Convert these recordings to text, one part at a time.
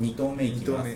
2投目いきます。 2投目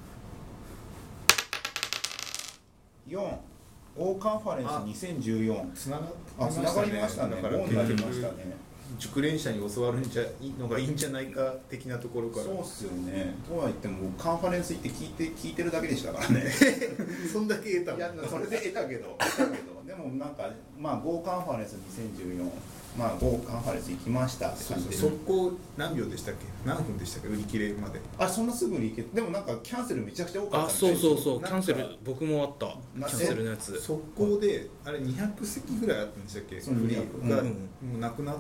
4オーカンファレンス2014。 つながりましたね。 だから 5になりましたね。 熟練者に教わるのがいいんじゃないか的なところから。 そうっすよね。とは言ってもカンファレンス行って聞いてるだけでしたからね。 そんだけ得たもん。 いやそれで得たけどでもなんかまあ Go カンファレンス2014、まあ Go カンファレンス行きましたって感じで。 速攻何秒でしたっけ、何分でしたっけ、売り切れまで。 そんなすぐに行け。でもなんかキャンセルめちゃくちゃ多かった。 そうキャンセル僕もあった。キャンセルのやつ速攻であれ200席ぐらいあったんでしたっけ、そのフリーが、もうなくなって、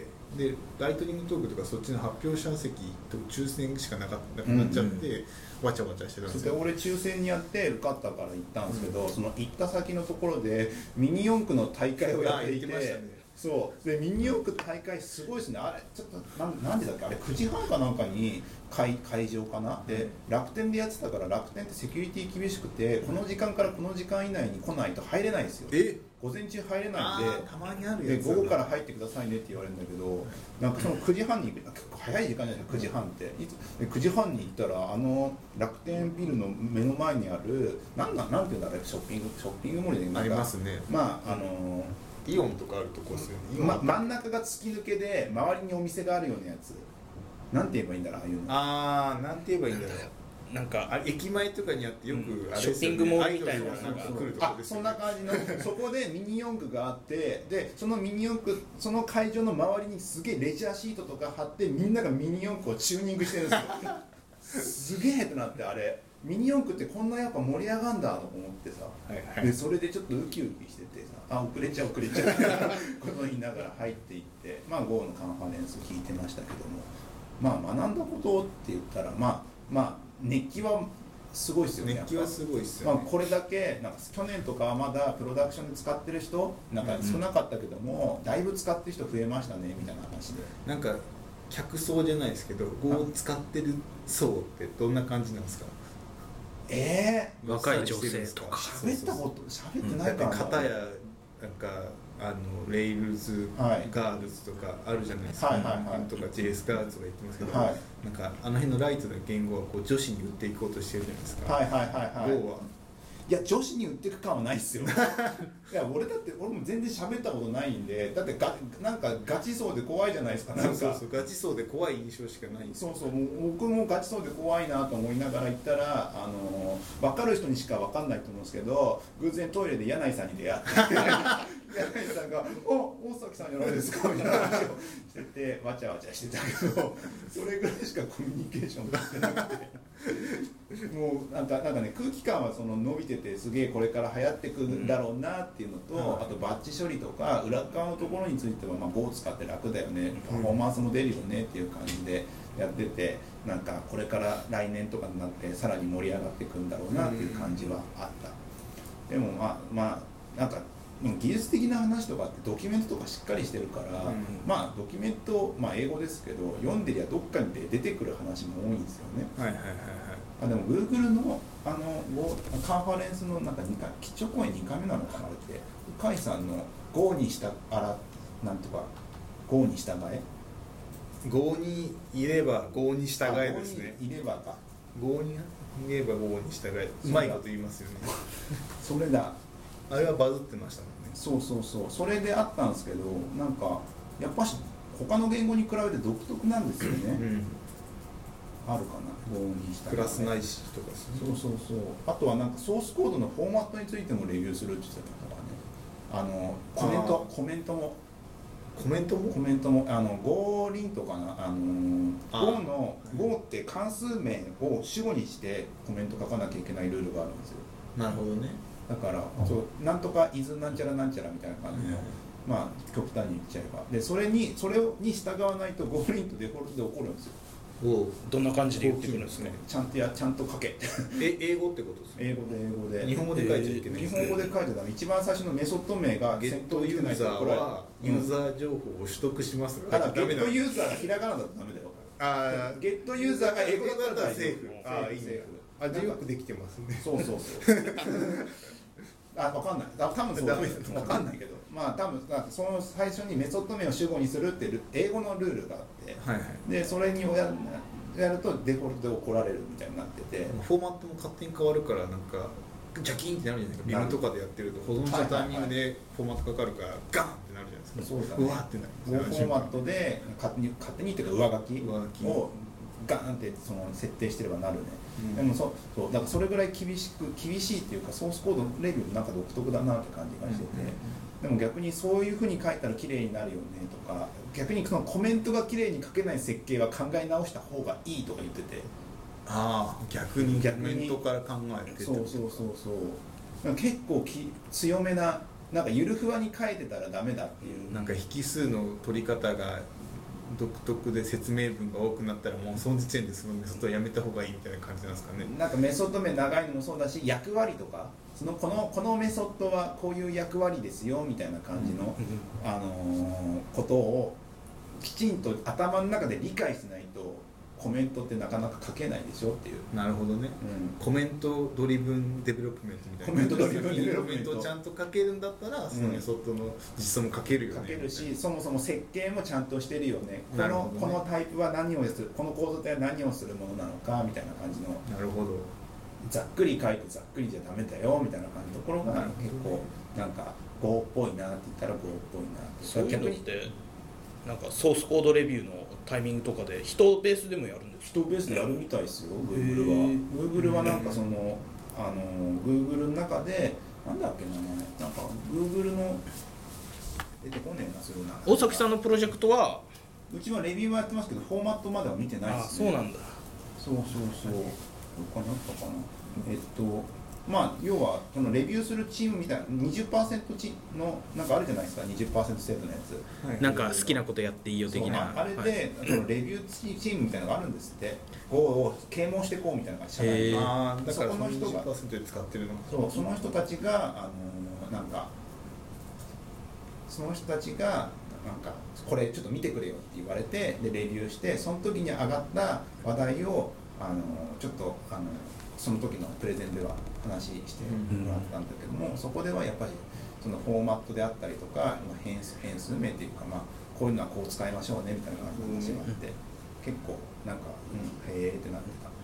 でライトニングトークとかそっちの発表者席と抽選しかなくなっちゃって、わちゃわちゃしてたんですよ。 俺抽選にやって受かったから行ったんですけど、その行った先のところでミニ四駆の大会をやっていて、そうでミニ四駆大会すごいですね。あれちょっと何時だっけ、あれ9時半かなんかに会場かな、で楽天でやってたから、楽天ってセキュリティ厳しくて、この時間からこの時間以内に来ないと入れないんですよ。午前中入れないんで、 たまにあるやつで午後から入ってくださいねって言われるんだけど、なんかその9時半に結構早い時間じゃないですか、9時半ってで9時半に行ったら楽天ビルの目の前にあるなんていうんだろう、ショッピングモールでありますね。 まあイオンとかあるとこですよね。 真ん中が突き抜けで周りにお店があるようなやつ、なんて言えばいいんだろう、ああいうの。 なんて言えばいいんだろう。 なんか駅前とかにあってよく、 ショッピングモールみたいなのが来るとこですよね。 そんな感じのそこでミニ四駆があって、でそのミニ四駆、その会場の周りにすげえレジャーシートとか貼って、みんながミニ四駆をチューニングしてるんですよ。すげえってなって、あれミニ四駆ってこんなやっぱ盛り上がんだと思ってさ、でそれでちょっとウキウキしててさ、遅れちゃうみたいなことを言いながら入っていって、まあ GO のカンファレンス聞いてましたけども、まあ学んだことって言ったら、まあ熱気はすごいですよね。 熱気はすごいですよね。 これだけなんか去年とかはまだプロダクションで使ってる人なんか少なかったけども、だいぶ使ってる人増えましたねみたいな話で、 なんか客層じゃないですけど、Go を使ってる層ってどんな感じなんですか。 若い女性とか喋ってないからな。 片やなんかレイルズガールズとかあるじゃないですか、とか JS ガールズとか言ってますけど、なんかあの辺のライトな言語はこう女子に売っていこうとしてるじゃないですか。Go はいや女子に売っていく感はないっすよ。いや俺も全然喋ったことないんで、だってなんかガチそうで怖いじゃないですか。なんかそうガチそうで怖い印象しかないんですよ。 そう僕もガチそうで怖いなと思いながら行ったら、分かる人にしか分かんないと思うんですけど、偶然トイレで柳井さんに出会って柳井さんが「大崎さんじゃないですか」みたいな話をしてて、わちゃわちゃしてたけど、それぐらいしかコミュニケーション取ってなくて。もうなんかね、空気感はその伸びてて、すげえこれから流行ってくるんだろうなっていうのと、あとバッチ処理とか裏側のところについてはGoを使って楽だよね、パフォーマンスも出るよねっていう感じでやってて、なんかこれから来年とかになってさらに盛り上がっていくんだろうなっていう感じはあった。でもなんか技術的な話とかってドキュメントとかしっかりしてるから、ドキュメント、英語ですけど読んでりゃどっかに出てくる話も多いんですよね。でも Google のカンファレンスのなんか基調講演2回目なのかなって、深井さんの Go に従なんとか Go に従え Go にいれば Go に従えですね。 Go にいればか Go にいれば Go に従え、うまいこと言いますよね。 それだ、あれはバズってましたもんね。 そうそれであったんですけど、なんかやっぱし他の言語に比べて独特なんですよね。あるかな、Goにしたクラスないしとかですね。 そうあとはなんかソースコードのフォーマットについてもレビューするって言ってたからね。コメントもGo リンとかな、Go って関数名を主語にしてコメント書かなきゃいけないルールがあるんですよ。 なるほどね。 だからなんとかイズなんちゃらなんちゃらみたいな感じの、極端に言っちゃえば、でそれに従わないと Go リンとデフォルトで起こるんですよ。 どんな感じで言ってくるんですね。 ちゃんと書け。 英語ってことですね。 英語で。 日本語で書いちゃいけない。 日本語で書いちゃダメ。一番最初のメソッド名がゲットユーザーはユーザー情報を取得しますが、ゲットユーザーがひらがなだとダメだよ。ゲットユーザーが英語だったらセーフ。 いいね。よくできてますね。 そう。分かんない。多分そうだ。分かんないけど、多分その最初にメソッド名を主語にするって英語のルールがあって、でそれにやるとデフォルトで怒られるみたいになってて、 フォーマットも勝手に変わるからなんかジャキンってなるじゃないですか。ビムとかでやってると保存したタイミングでフォーマットかかるからガンってなるじゃないですか。 そうだね、 うわってなる。 フォーマットで勝手にっていうか上書きをガーンってその設定してればなるね、でもそうだからそれぐらい厳しいっていうか、ソースコードレビューなんか独特だなって感じがしてて、でも逆にそういうふうに書いたら綺麗になるよねとか、逆にそのコメントが綺麗に書けない設計は考え直した方がいいとか言ってて、 逆にコメントから考えて、 そう結構強めな、なんかゆるふわに書いてたらダメだっていう、 なんか引数の取り方が独特で説明文が多くなったらもうその時点でそのメソッドをやめた方がいいみたいな感じなんですかね。 なんかメソッド名長いのもそうだし、役割とかこのメソッドはこういう役割ですよみたいな感じの、ことをきちんと頭の中で理解しないとコメントってなかなか書けないでしょっていう。 なるほどね、コメントドリブンデベロップメントみたいな、 コメントドリブンデベロップメントをちゃんと書けるんだったら、そのメソッドの実装も書けるよね、 書けるし、そもそも設計もちゃんとしてるよね、こね、 のタイプは何をする、この構造体は何をするものなのかみたいな感じの、 なるほど、 ざっくり書いてざっくりじゃダメだよみたいな感じのところが結構なんか Go っぽいなって言ったら Go っぽいなって。 そういうのってなんかソースコードレビューのタイミングとかで人ベースでもやるんですか？ 人ベースでやるみたいですよ、Google は。Google はなんかそのGoogle の中でなんだっけな、なんか Google の出てこねえな、それな。 大崎さんのプロジェクトはうちはレビューはやってますけど、フォーマットまでは見てないですね。そうなんだ。 そうどっかにあったかな。まあ要はこのレビューするチームみたいな 20% のなんかあるじゃないですか、20% 制度のやつ、 なんか好きなことやっていいよ的な。 あれで、レビューチームみたいなのがあるんですって。を啓蒙していこうみたいな社内に。 だからそこの人が 20% で使ってるの。その人たちがなんかこれちょっと見てくれよって言われて、でレビューして、その時に上がった話題をちょっとその時のプレゼンでは話してもらったんだけども、そこではやっぱりそのフォーマットであったりとか変数名っていうか、まあこういうのはこう使いましょうねみたいな感じの話があって、結構なんかへえってなってた。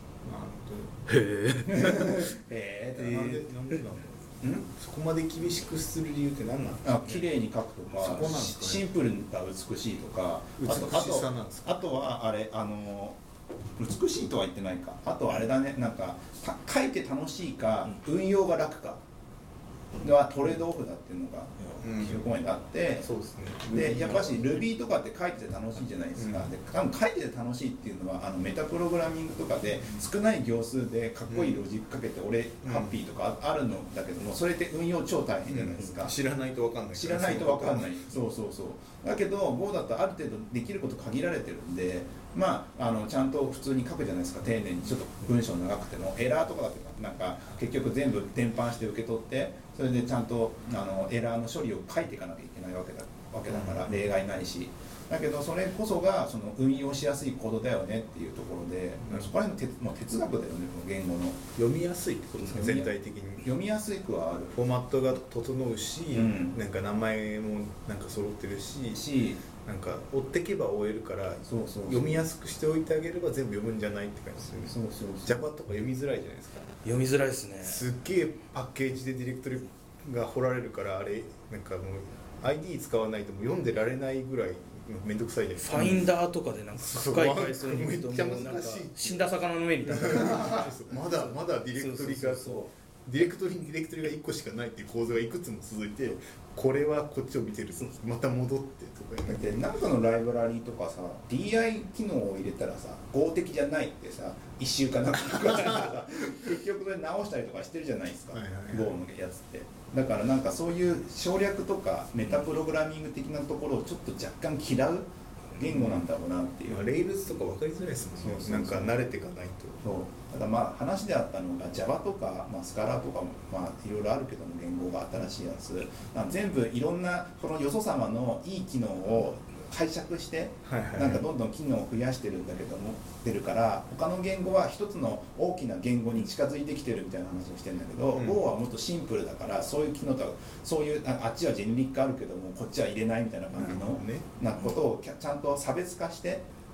へえってなんでなんだろう。そこまで厳しくする理由って何なんですか？ 綺麗に書くとか、シンプルが美しいとか、あとはあれ美しいとは言ってないか、あとはあれだね、なんか書いて楽しいか運用が楽かはトレードオフだっていうのが基本にあって、 そうですね。 でやっぱし Ruby とかって書いてて楽しいじゃないですか。で多分書いてて楽しいっていうのはメタプログラミングとかで少ない行数でかっこいいロジックかけて俺ハッピーとかあるのだけども、それって運用超大変じゃないですか。 知らないと分かんない。 知らないと分かんない。そうだけど Go だとある程度できること限られてるんで、まあちゃんと普通に書くじゃないですか。丁寧にちょっと文章長くてもエラーとかだってなんか結局全部伝播して受け取って、それでちゃんとエラーの処理を書いていかなきゃいけないわけだから例外ないし、だけどそれこそがその運用しやすいコードだよねっていうところで、そこら辺の哲学だよね、この言語の。 読みやすいってことですね、全体的に。 読みやすくはある。 フォーマットが整うし、なんか名前もなんか揃ってるし、なんか追ってけば追えるから、読みやすくしておいてあげれば全部読むんじゃないって感じですよね。Java とか読みづらいじゃないですか。 読みづらいですね。 すっげえパッケージでディレクトリが掘られるから、あれなんかもう ID 使わないともう読んでられないぐらいめんどくさいじゃないですか。 ファインダーとかでなんか深い階層に行くともうなんか死んだ魚の上に立ってまだディレクトリがディレクトリが1個しかないっていう構造がいくつも続いて、これはこっちを見てるとまた戻ってとかで、なんかのライブラリーとかさ DI 機能を入れたらさ合的じゃないってさ1週間なんか結局それ直したりとかしてるじゃないですか、Go のやつって。だからなんかそういう省略とかメタプログラミング的なところをちょっと若干嫌う言語なんだろうなっていう。 レイルズとか分かりづらいですもんね。なんか慣れていかないと。 ただまあ話であったのが Java とか、スカラとかもまあいろいろあるけども、言語が新しいやつ全部いろんなこのよそ様のいい機能を解釈してなんかどんどん機能を増やしてるんだけども出るから、他の言語は一つの大きな言語に近づいてきてるみたいな話をしてるんだけど、Go はもっとシンプルだから、そういう機能とかそういうあっちはジェネリックあるけどもこっちは入れないみたいな感じのなことをちゃんと差別化して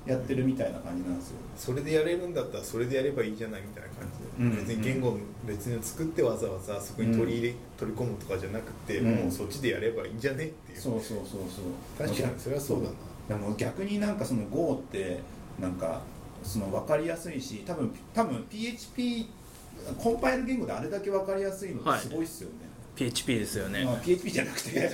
やってるみたいな感じなんですよ。 それでやれるんだったらそれでやればいいじゃないみたいな感じで、別に言語別に作ってわざわざそこに取り込むとかじゃなくて、もうそっちでやればいいんじゃねっていう。 そう確かにそれはそうだな。 でも逆になんかその Go ってなんかその分かりやすいし、多分 PHP コンパイル言語であれだけ分かりやすいのってすごいっすよね。 PHP ですよね。 PHP じゃなくて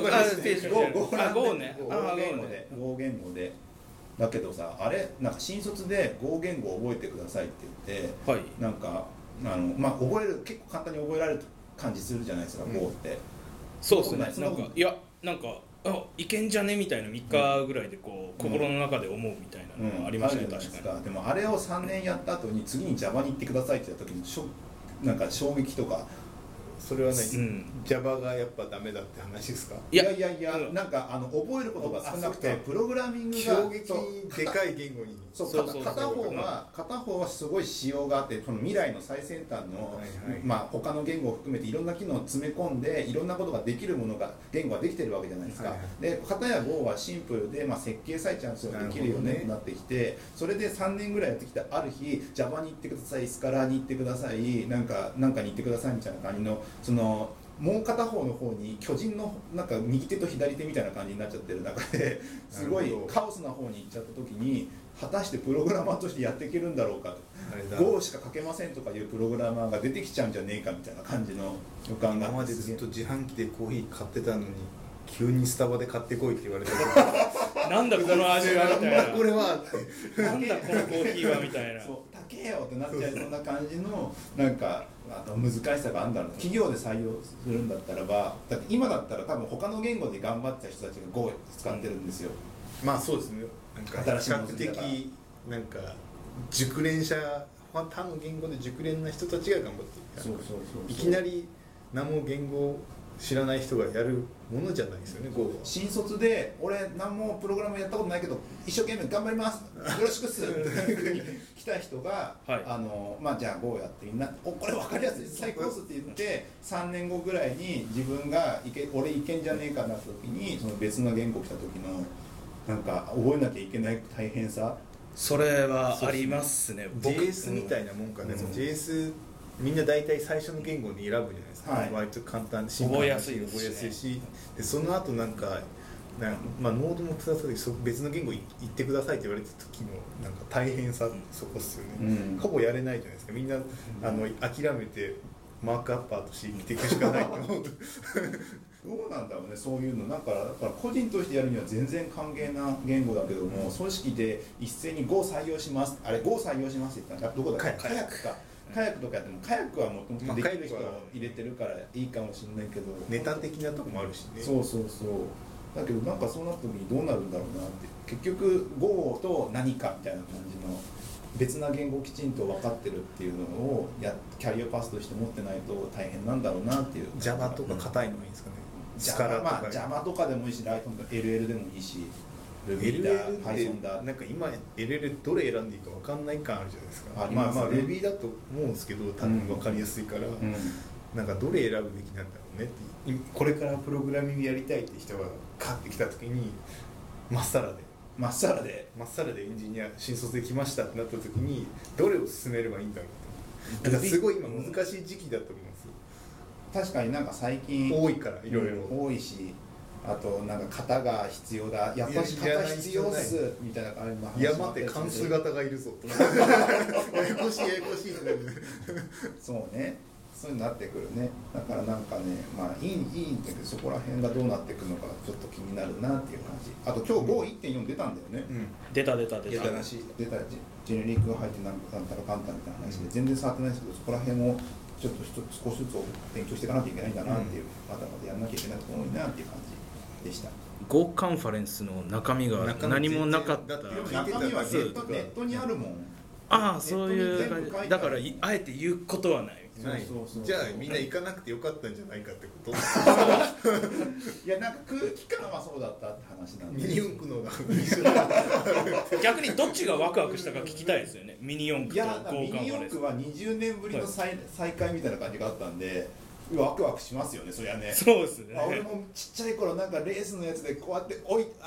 PHP Go ね。Go 言語で。だけどさ、あれなんか新卒で Go 言語を覚えてくださいって言って、 はい、 なんか覚える結構簡単に覚えられる感じするじゃないですか、Go って。 そうですね。なんかいけんじゃねみたいな3日ぐらいでこう、心の中で思うみたいなのがありましたね、確かに。 でもあれを3年やった後に次に Java に行ってくださいって言った時になんか衝撃とか。 それはね、Java がやっぱダメだって話ですか？ いやなんか覚えることが少なくてプログラミングが衝撃でかい言語に片方はすごい仕様があって、その未来の最先端の他の言語を含めていろんな機能を詰め込んでいろんなことができるものが言語ができてるわけじゃないですか。で片や Go はシンプルで設計さえちゃんとできるよねってなってきて、それで3年ぐらいやってきたある日 Java に行ってください、スカラに行ってください、なんかに行ってくださいみたいな感じのそのもう片方の方に巨人のなんか右手と左手みたいな感じになっちゃってる中ですごいカオスな方に行っちゃった時に果たしてプログラマーとしてやっていけるんだろうかと、Go しか書けませんとかいうプログラマーが出てきちゃうんじゃねえかみたいな感じの予感があって、 今までずっと自販機でコーヒー買ってたのに急にスタバで買ってこいって言われたなんだこの味はみたいな、 これはなんだこのコーヒーはみたいな、 そう高えよってなっちゃいそうな感じのなんか難しさがあるんだろうな。企業で採用するんだったらば、だって今だったら多分他の言語で頑張ってた人たちが Go 使ってるんですよ。 まあそうですね。なんか比較的なんか熟練者、他の言語で熟練な人たちが頑張ってる。いきなり何も言語知らない人がやるものじゃないですよね。Go 新卒で俺何もプログラムやったことないけど一生懸命頑張りますよろしくっすっていうふうに来た人が、じゃあ Go やってみんなこれ分かりやすい最高っすって言って3年後ぐらいに自分が俺いけんじゃねえかなった時にその別の言語来た時のなんか覚えなきゃいけない大変さ、 それはありますね。 JS みたいなもんかね。JS みんな大体最初の言語に選ぶじゃないですか、割と簡単で覚えやすいし、でその後なんかノードもください別の言語言ってくださいって言われた時のなんか大変さ、そこっすよね、ほぼやれないじゃないですか。みんな諦めてマークアッパーとして生きていくしかないと思うとどうなんだろうね、そういうのだから個人としてやるには全然歓迎な言語だけども、組織で一斉に Go 採用します、あれ Go 採用しますって言ったらどこだっけ、カヤックか。カヤックとかやってもカヤックはもともとできる人を入れてるからいいかもしれないけど、 ネタ的なとこもあるしね。 そうだけどなんかそうなった時にどうなるんだろうなって、結局 Go と何かみたいな感じの別な言語をきちんと分かってるっていうのをキャリアパスとして持ってないと大変なんだろうなっていう。 Java とか硬いのがいいんですかね。 Java とかでもいいし、LL でもいいし、 LL ってなんか今 LL どれ選んでいいか分かんない感あるじゃないですか。Ruby だと思うんですけど多分分かりやすいから、なんかどれ選ぶべきなんだろうねって、これからプログラミングやりたいって人がカッてきた時にまっさらでエンジニア新卒で来ましたってなった時にどれを進めればいいんだろうと。だからすごい今難しい時期だと思います。 確かになんか最近多いからいろいろ多いし、あとなんか型が必要だ、やっぱり型必要っすみたいな感じの話。 山って関数型がいるぞややこしいってなるそうね、そういうのになってくるね。だからなんかね、いいんだけどそこら辺がどうなっていくのかちょっと気になるなっていう感じ。あと今日 Go1.4 出たんだよね。 出たらしい。 ジェネリックが入ってなんたらかんたらみたいな話で全然触ってないですけど、そこら辺もちょっと少しずつ勉強していかなきゃいけないんだなっていう、まだまだやんなきゃいけないと思うなっていう感じでした。 Go カンファレンスの中身が何もなかった。 中身はネットにあるもん。 そういう感じだから、あえて言うことはない。 じゃあみんな行かなくてよかったんじゃないかってこといやなんか空気感はそうだったって話なんで、 ミニ四駆の逆にどっちがワクワクしたか聞きたいですよね。ミニ四駆と Go カンファレンス。 ミニ四駆は20年ぶりの再会みたいな感じがあったんでワクワクしますよね、そりゃね。 そうですね。 俺もちっちゃい頃なんかレースのやつでこうやって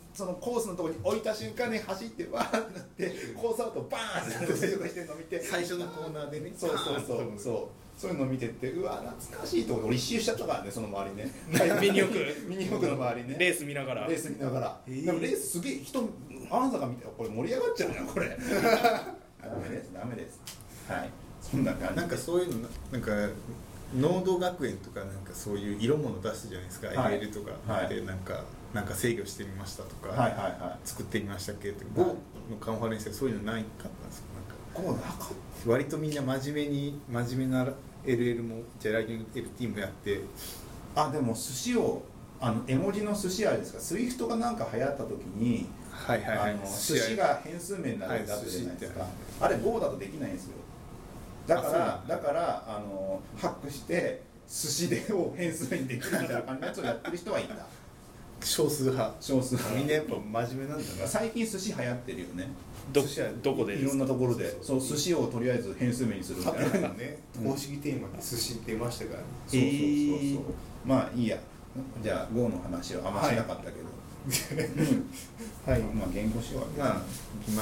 そのコースのところに置いた瞬間に走ってわーってなってコースアウトバーンってしてるのを見て最初のコーナーでねそうそういうのを見てってうわ懐かしいと思って俺一周しちゃったからねその周りねミニ四駆の周りねレース見ながらでもレースすげえ人あなたが見てこれ盛り上がっちゃうなこれダメですはいそんな感じなんかそういうのなんか農道学園とかなんかそういう色物出すじゃないですか、 はい、 LL とかでなんか制御してみましたとか、作ってみましたっけって、GO のカンファレンスでそういうのないかったんですか？なんか GO なかった割とみんな真面目な LL もじゃあ来年 LT もやってでも寿司を絵文字の寿司あれですかスイフトがなんか流行った時に寿司が変数名になるんだったじゃないですか、あれ GO だとできないんですよだからハックして寿司でを変数にできるみたいな感じのやつをやってる人はいた少数派みんなやっぱ真面目なんだな最近寿司流行ってるよねどこでいろんなところでそう寿司をとりあえず変数名にするみたいなね公式テーマで寿司出ましたからねそうまあいいやじゃあ GO の話はあんましなかったけどはいまあ言語しよう